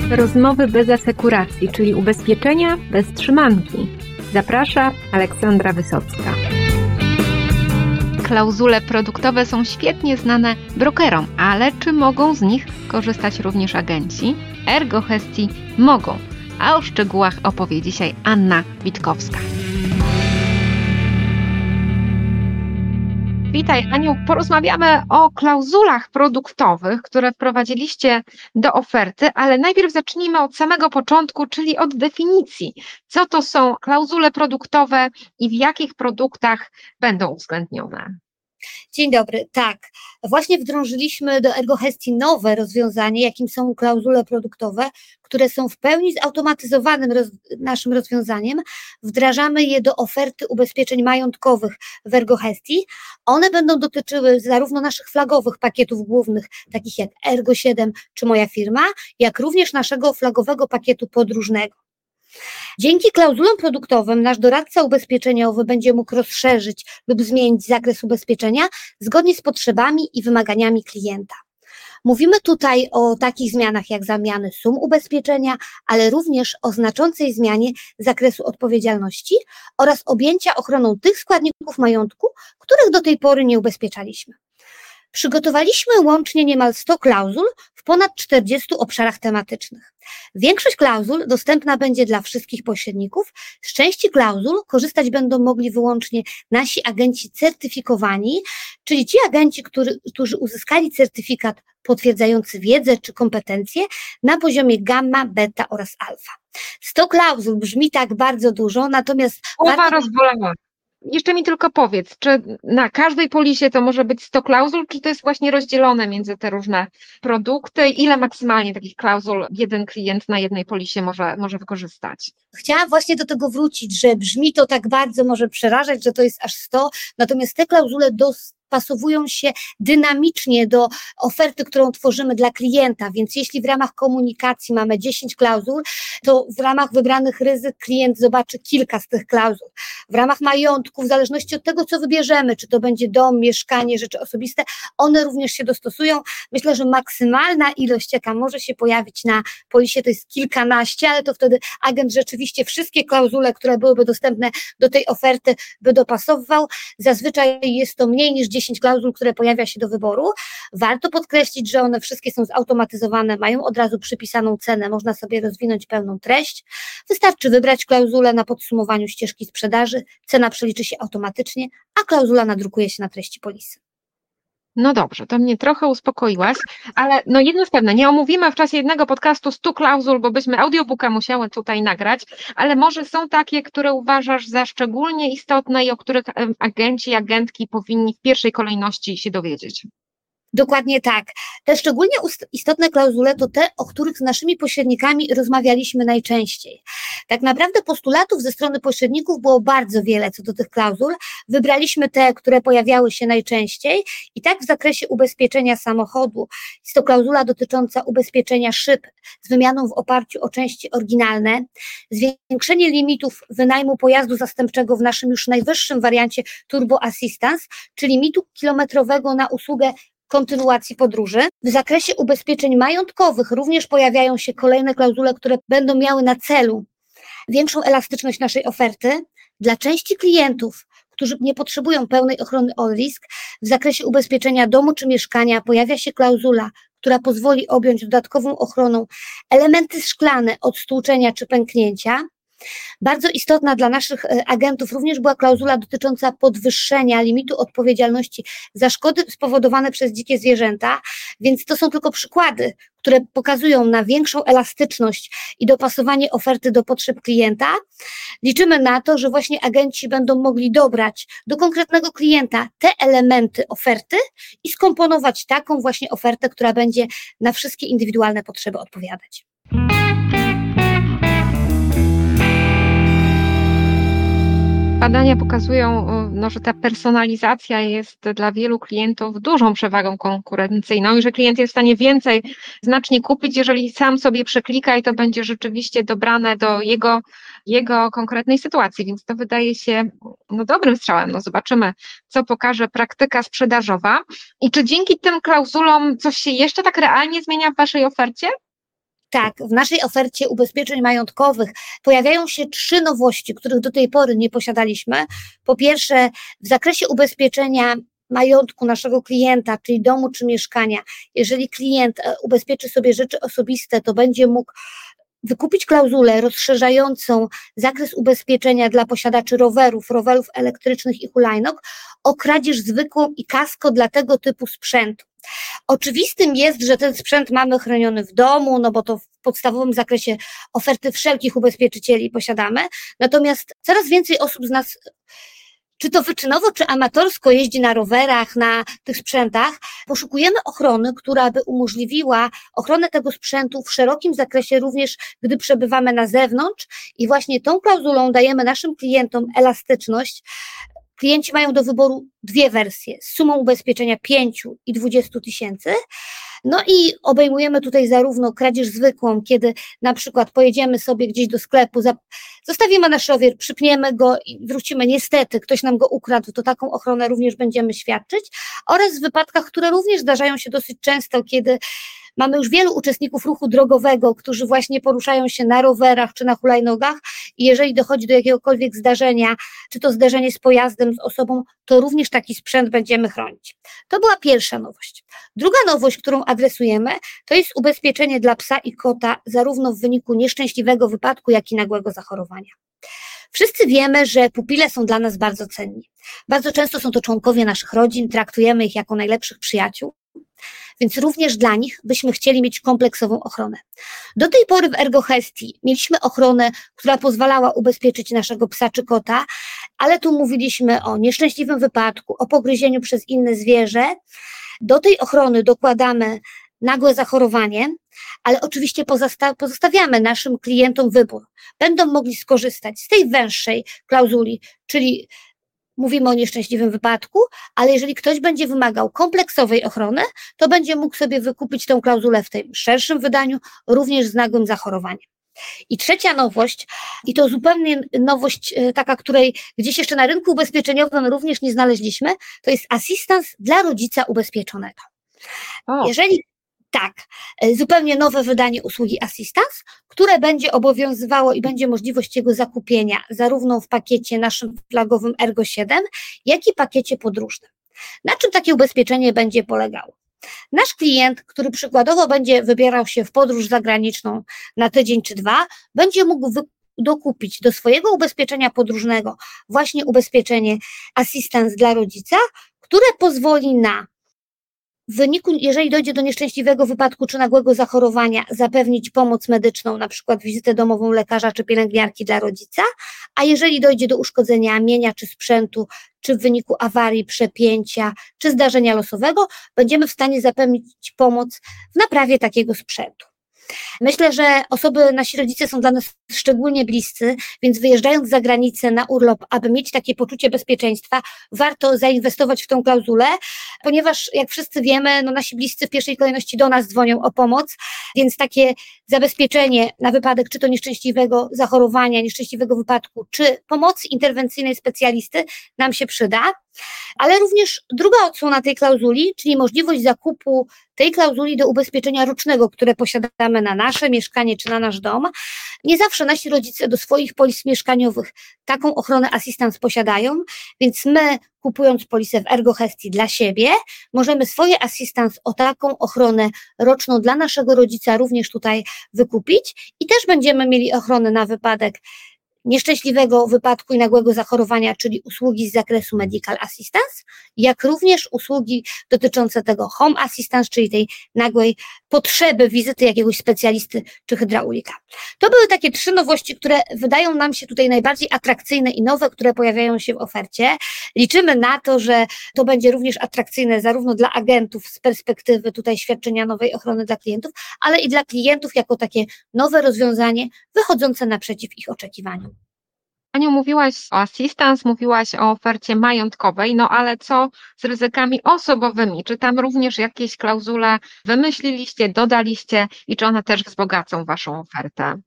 Rozmowy bez asekuracji, czyli ubezpieczenia bez trzymanki. Zaprasza Aleksandra Wysocka. Klauzule produktowe są świetnie znane brokerom, ale czy mogą z nich korzystać również agenci? Ergo Hestii mogą, a o szczegółach opowie dzisiaj Anna Witkowska. Witaj, Aniu. Porozmawiamy o klauzulach produktowych, które wprowadziliście do oferty, ale najpierw zacznijmy od samego początku, czyli od definicji. Co to są klauzule produktowe i w jakich produktach będą uwzględnione? Dzień dobry. Tak, właśnie wdrożyliśmy do Ergo Hestii nowe rozwiązanie, jakim są klauzule produktowe, które są w pełni zautomatyzowanym naszym rozwiązaniem. Wdrażamy je do oferty ubezpieczeń majątkowych w Ergo Hestii. One będą dotyczyły zarówno naszych flagowych pakietów głównych, takich jak Ergo 7 czy Moja Firma, jak również naszego flagowego pakietu podróżnego. Dzięki klauzulom produktowym nasz doradca ubezpieczeniowy będzie mógł rozszerzyć lub zmienić zakres ubezpieczenia zgodnie z potrzebami i wymaganiami klienta. Mówimy tutaj o takich zmianach jak zamiany sum ubezpieczenia, ale również o znaczącej zmianie zakresu odpowiedzialności oraz objęcia ochroną tych składników majątku, których do tej pory nie ubezpieczaliśmy. Przygotowaliśmy łącznie niemal 100 klauzul w ponad 40 obszarach tematycznych. Większość klauzul dostępna będzie dla wszystkich pośredników. Z części klauzul korzystać będą mogli wyłącznie nasi agenci certyfikowani, czyli ci agenci, którzy uzyskali certyfikat potwierdzający wiedzę czy kompetencje na poziomie gamma, beta oraz alfa. 100 klauzul brzmi tak bardzo dużo, natomiast... Głowa rozbolała. Jeszcze mi tylko powiedz, czy na każdej polisie to może być 100 klauzul, czy to jest właśnie rozdzielone między te różne produkty? Ile maksymalnie takich klauzul jeden klient na jednej polisie może wykorzystać? Chciałam właśnie do tego wrócić, że brzmi to tak bardzo, może przerażać, że to jest aż 100, natomiast te klauzule dostosowują się dynamicznie do oferty, którą tworzymy dla klienta, więc jeśli w ramach komunikacji mamy 10 klauzul, to w ramach wybranych ryzyk klient zobaczy kilka z tych klauzul. W ramach majątku, w zależności od tego, co wybierzemy, czy to będzie dom, mieszkanie, rzeczy osobiste, one również się dostosują. Myślę, że maksymalna ilość, jaka może się pojawić na polisie, to jest kilkanaście, ale to wtedy agent rzeczywiście wszystkie klauzule, które byłyby dostępne do tej oferty, by dopasowywał. Zazwyczaj jest to mniej niż 10 klauzul, które pojawia się do wyboru. Warto podkreślić, że one wszystkie są zautomatyzowane, mają od razu przypisaną cenę, można sobie rozwinąć pełną treść. Wystarczy wybrać klauzulę na podsumowaniu ścieżki sprzedaży, cena przeliczy się automatycznie, a klauzula nadrukuje się na treści polisy. No dobrze, to mnie trochę uspokoiłaś, ale no jedno jest pewne, nie omówimy w czasie jednego podcastu 100 klauzul, bo byśmy audiobooka musiały tutaj nagrać, ale może są takie, które uważasz za szczególnie istotne i o których agenci, agentki powinni w pierwszej kolejności się dowiedzieć. Dokładnie tak. Te szczególnie istotne klauzule to te, o których z naszymi pośrednikami rozmawialiśmy najczęściej. Tak naprawdę postulatów ze strony pośredników było bardzo wiele co do tych klauzul. Wybraliśmy te, które pojawiały się najczęściej i tak w zakresie ubezpieczenia samochodu jest to klauzula dotycząca ubezpieczenia szyb z wymianą w oparciu o części oryginalne, zwiększenie limitów wynajmu pojazdu zastępczego w naszym już najwyższym wariancie Turbo Assistance, czyli limitu kilometrowego na usługę kontynuacji podróży. W zakresie ubezpieczeń majątkowych również pojawiają się kolejne klauzule, które będą miały na celu większą elastyczność naszej oferty. Dla części klientów, którzy nie potrzebują pełnej ochrony all risk, w zakresie ubezpieczenia domu czy mieszkania pojawia się klauzula, która pozwoli objąć dodatkową ochroną elementy szklane od stłuczenia czy pęknięcia. Bardzo istotna dla naszych agentów również była klauzula dotycząca podwyższenia limitu odpowiedzialności za szkody spowodowane przez dzikie zwierzęta, więc to są tylko przykłady, które pokazują na większą elastyczność i dopasowanie oferty do potrzeb klienta. Liczymy na to, że właśnie agenci będą mogli dobrać do konkretnego klienta te elementy oferty i skomponować taką właśnie ofertę, która będzie na wszystkie indywidualne potrzeby odpowiadać. Badania pokazują, że ta personalizacja jest dla wielu klientów dużą przewagą konkurencyjną i że klient jest w stanie więcej znacznie kupić, jeżeli sam sobie przeklika i to będzie rzeczywiście dobrane do jego konkretnej sytuacji, więc to wydaje się dobrym strzałem. Zobaczymy, co pokaże praktyka sprzedażowa i czy dzięki tym klauzulom coś się jeszcze tak realnie zmienia w waszej ofercie? Tak, w naszej ofercie ubezpieczeń majątkowych pojawiają się 3 nowości, których do tej pory nie posiadaliśmy. Po pierwsze, w zakresie ubezpieczenia majątku naszego klienta, czyli domu czy mieszkania, jeżeli klient ubezpieczy sobie rzeczy osobiste, to będzie mógł wykupić klauzulę rozszerzającą zakres ubezpieczenia dla posiadaczy rowerów elektrycznych i hulajnóg o kradzież zwykłą i kasko dla tego typu sprzętu. Oczywistym jest, że ten sprzęt mamy chroniony w domu, no bo to w podstawowym zakresie oferty wszelkich ubezpieczycieli posiadamy, natomiast coraz więcej osób z nas, czy to wyczynowo, czy amatorsko jeździ na rowerach, na tych sprzętach, poszukujemy ochrony, która by umożliwiła ochronę tego sprzętu w szerokim zakresie również, gdy przebywamy na zewnątrz i właśnie tą klauzulą dajemy naszym klientom elastyczność. Klienci mają do wyboru 2 wersje z sumą ubezpieczenia 5 i 20 tysięcy. No i obejmujemy tutaj zarówno kradzież zwykłą, kiedy na przykład pojedziemy sobie gdzieś do sklepu, zostawimy nasz rower, przypniemy go i wrócimy, niestety ktoś nam go ukradł, to taką ochronę również będziemy świadczyć, oraz w wypadkach, które również zdarzają się dosyć często, kiedy mamy już wielu uczestników ruchu drogowego, którzy właśnie poruszają się na rowerach czy na hulajnogach i jeżeli dochodzi do jakiegokolwiek zdarzenia, czy to zderzenie z pojazdem, z osobą, to również taki sprzęt będziemy chronić. To była pierwsza nowość. Druga nowość, którą adresujemy, to jest ubezpieczenie dla psa i kota zarówno w wyniku nieszczęśliwego wypadku, jak i nagłego zachorowania. Wszyscy wiemy, że pupile są dla nas bardzo cenni. Bardzo często są to członkowie naszych rodzin, traktujemy ich jako najlepszych przyjaciół. Więc również dla nich byśmy chcieli mieć kompleksową ochronę. Do tej pory w Ergohestii mieliśmy ochronę, która pozwalała ubezpieczyć naszego psa czy kota, ale tu mówiliśmy o nieszczęśliwym wypadku, o pogryzieniu przez inne zwierzę. Do tej ochrony dokładamy nagłe zachorowanie, ale oczywiście pozostawiamy naszym klientom wybór. Będą mogli skorzystać z tej węższej klauzuli, czyli mówimy o nieszczęśliwym wypadku, ale jeżeli ktoś będzie wymagał kompleksowej ochrony, to będzie mógł sobie wykupić tę klauzulę w tym szerszym wydaniu, również z nagłym zachorowaniem. I trzecia nowość, i to zupełnie nowość taka, której gdzieś jeszcze na rynku ubezpieczeniowym również nie znaleźliśmy, to jest asystans dla rodzica ubezpieczonego. Tak, zupełnie nowe wydanie usługi Assistance, które będzie obowiązywało i będzie możliwość jego zakupienia zarówno w pakiecie naszym flagowym Ergo 7, jak i pakiecie podróżnym. Na czym takie ubezpieczenie będzie polegało? Nasz klient, który przykładowo będzie wybierał się w podróż zagraniczną na tydzień czy 2, będzie mógł dokupić do swojego ubezpieczenia podróżnego właśnie ubezpieczenie Assistance dla rodzica, które pozwoli na w wyniku, jeżeli dojdzie do nieszczęśliwego wypadku czy nagłego zachorowania, zapewnić pomoc medyczną, na przykład wizytę domową lekarza czy pielęgniarki dla rodzica, a jeżeli dojdzie do uszkodzenia mienia czy sprzętu, czy w wyniku awarii, przepięcia, czy zdarzenia losowego, będziemy w stanie zapewnić pomoc w naprawie takiego sprzętu. Myślę, że nasi rodzice są dla nas szczególnie bliscy, więc wyjeżdżając za granicę na urlop, aby mieć takie poczucie bezpieczeństwa, warto zainwestować w tą klauzulę, ponieważ jak wszyscy wiemy, nasi bliscy w pierwszej kolejności do nas dzwonią o pomoc, więc takie zabezpieczenie na wypadek czy to nieszczęśliwego zachorowania, nieszczęśliwego wypadku, czy pomocy interwencyjnej specjalisty nam się przyda. Ale również druga odsłona tej klauzuli, czyli możliwość zakupu tej klauzuli do ubezpieczenia rocznego, które posiadamy na nasze mieszkanie czy na nasz dom. Nie zawsze nasi rodzice do swoich polis mieszkaniowych taką ochronę Assistance posiadają, więc my, kupując polisę w Ergohestii dla siebie, możemy swoje Assistance o taką ochronę roczną dla naszego rodzica również tutaj wykupić i też będziemy mieli ochronę na wypadek nieszczęśliwego wypadku i nagłego zachorowania, czyli usługi z zakresu Medical Assistance, jak również usługi dotyczące tego Home Assistance, czyli tej nagłej potrzeby wizyty jakiegoś specjalisty czy hydraulika. To były takie 3 nowości, które wydają nam się tutaj najbardziej atrakcyjne i nowe, które pojawiają się w ofercie. Liczymy na to, że to będzie również atrakcyjne zarówno dla agentów z perspektywy tutaj świadczenia nowej ochrony dla klientów, ale i dla klientów jako takie nowe rozwiązanie wychodzące naprzeciw ich oczekiwaniom. Aniu, mówiłaś o Assistance, mówiłaś o ofercie majątkowej, ale co z ryzykami osobowymi? Czy tam również jakieś klauzule wymyśliliście, dodaliście i czy one też wzbogacą Waszą ofertę?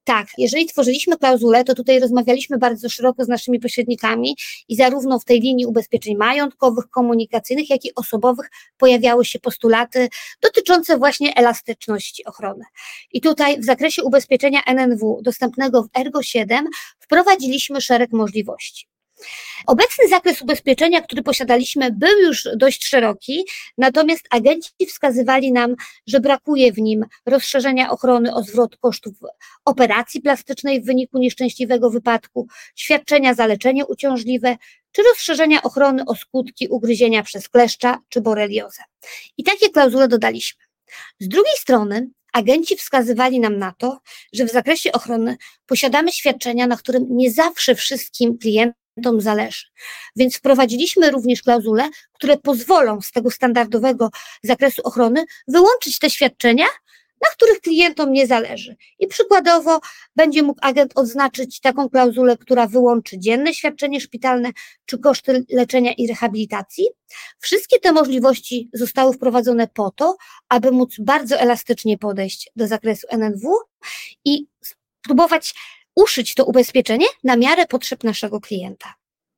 Tak, jeżeli tworzyliśmy klauzulę, to tutaj rozmawialiśmy bardzo szeroko z naszymi pośrednikami i zarówno w tej linii ubezpieczeń majątkowych, komunikacyjnych, jak i osobowych pojawiały się postulaty dotyczące właśnie elastyczności ochrony. I tutaj w zakresie ubezpieczenia NNW dostępnego w Ergo 7 wprowadziliśmy szereg możliwości. Obecny zakres ubezpieczenia, który posiadaliśmy, był już dość szeroki, natomiast agenci wskazywali nam, że brakuje w nim rozszerzenia ochrony o zwrot kosztów operacji plastycznej w wyniku nieszczęśliwego wypadku, świadczenia za leczenie uciążliwe, czy rozszerzenia ochrony o skutki ugryzienia przez kleszcza czy boreliozę. I takie klauzule dodaliśmy. Z drugiej strony agenci wskazywali nam na to, że w zakresie ochrony posiadamy świadczenia, na którym nie zawsze wszystkim klientom zależy. Więc wprowadziliśmy również klauzule, które pozwolą z tego standardowego zakresu ochrony wyłączyć te świadczenia, na których klientom nie zależy. I przykładowo będzie mógł agent odznaczyć taką klauzulę, która wyłączy dzienne świadczenie szpitalne czy koszty leczenia i rehabilitacji. Wszystkie te możliwości zostały wprowadzone po to, aby móc bardzo elastycznie podejść do zakresu NNW i spróbować uszyć to ubezpieczenie na miarę potrzeb naszego klienta.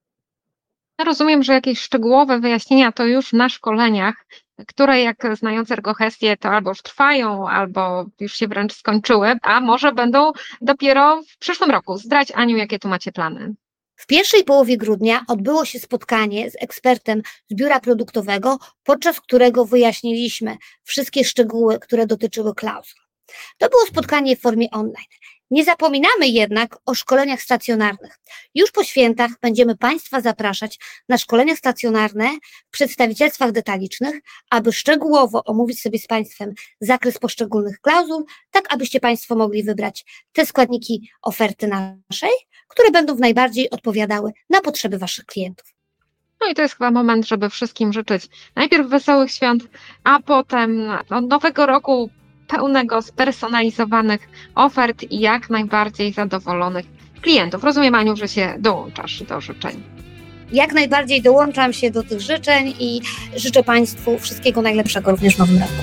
Ja rozumiem, że jakieś szczegółowe wyjaśnienia to już na szkoleniach, które jak znając Ergohestię to albo już trwają, albo już się wręcz skończyły, a może będą dopiero w przyszłym roku. Zdradź, Aniu, jakie tu macie plany? W pierwszej połowie grudnia odbyło się spotkanie z ekspertem z biura produktowego, podczas którego wyjaśniliśmy wszystkie szczegóły, które dotyczyły klauzul. To było spotkanie w formie online. Nie zapominamy jednak o szkoleniach stacjonarnych. Już po świętach będziemy Państwa zapraszać na szkolenia stacjonarne w przedstawicielstwach detalicznych, aby szczegółowo omówić sobie z Państwem zakres poszczególnych klauzul, tak abyście Państwo mogli wybrać te składniki oferty naszej, które będą najbardziej odpowiadały na potrzeby Waszych klientów. No i to jest chyba moment, żeby wszystkim życzyć najpierw wesołych świąt, a potem nowego roku pełnego spersonalizowanych ofert i jak najbardziej zadowolonych klientów. Rozumiem, Aniu, że się dołączasz do życzeń. Jak najbardziej dołączam się do tych życzeń i życzę Państwu wszystkiego najlepszego również w nowym roku.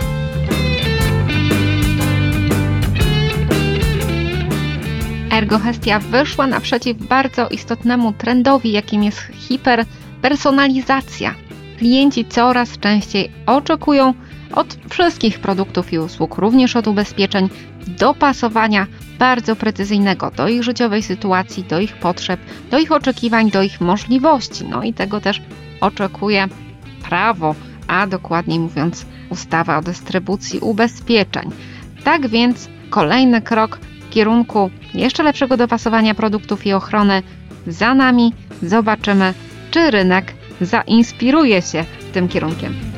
Ergohestia wyszła naprzeciw bardzo istotnemu trendowi, jakim jest hiperpersonalizacja. Klienci coraz częściej oczekują od wszystkich produktów i usług, również od ubezpieczeń, dopasowania bardzo precyzyjnego do ich życiowej sytuacji, do ich potrzeb, do ich oczekiwań, do ich możliwości. No i tego też oczekuje prawo, a dokładniej mówiąc ustawa o dystrybucji ubezpieczeń. Tak więc kolejny krok w kierunku jeszcze lepszego dopasowania produktów i ochrony za nami. Zobaczymy, czy rynek zainspiruje się tym kierunkiem.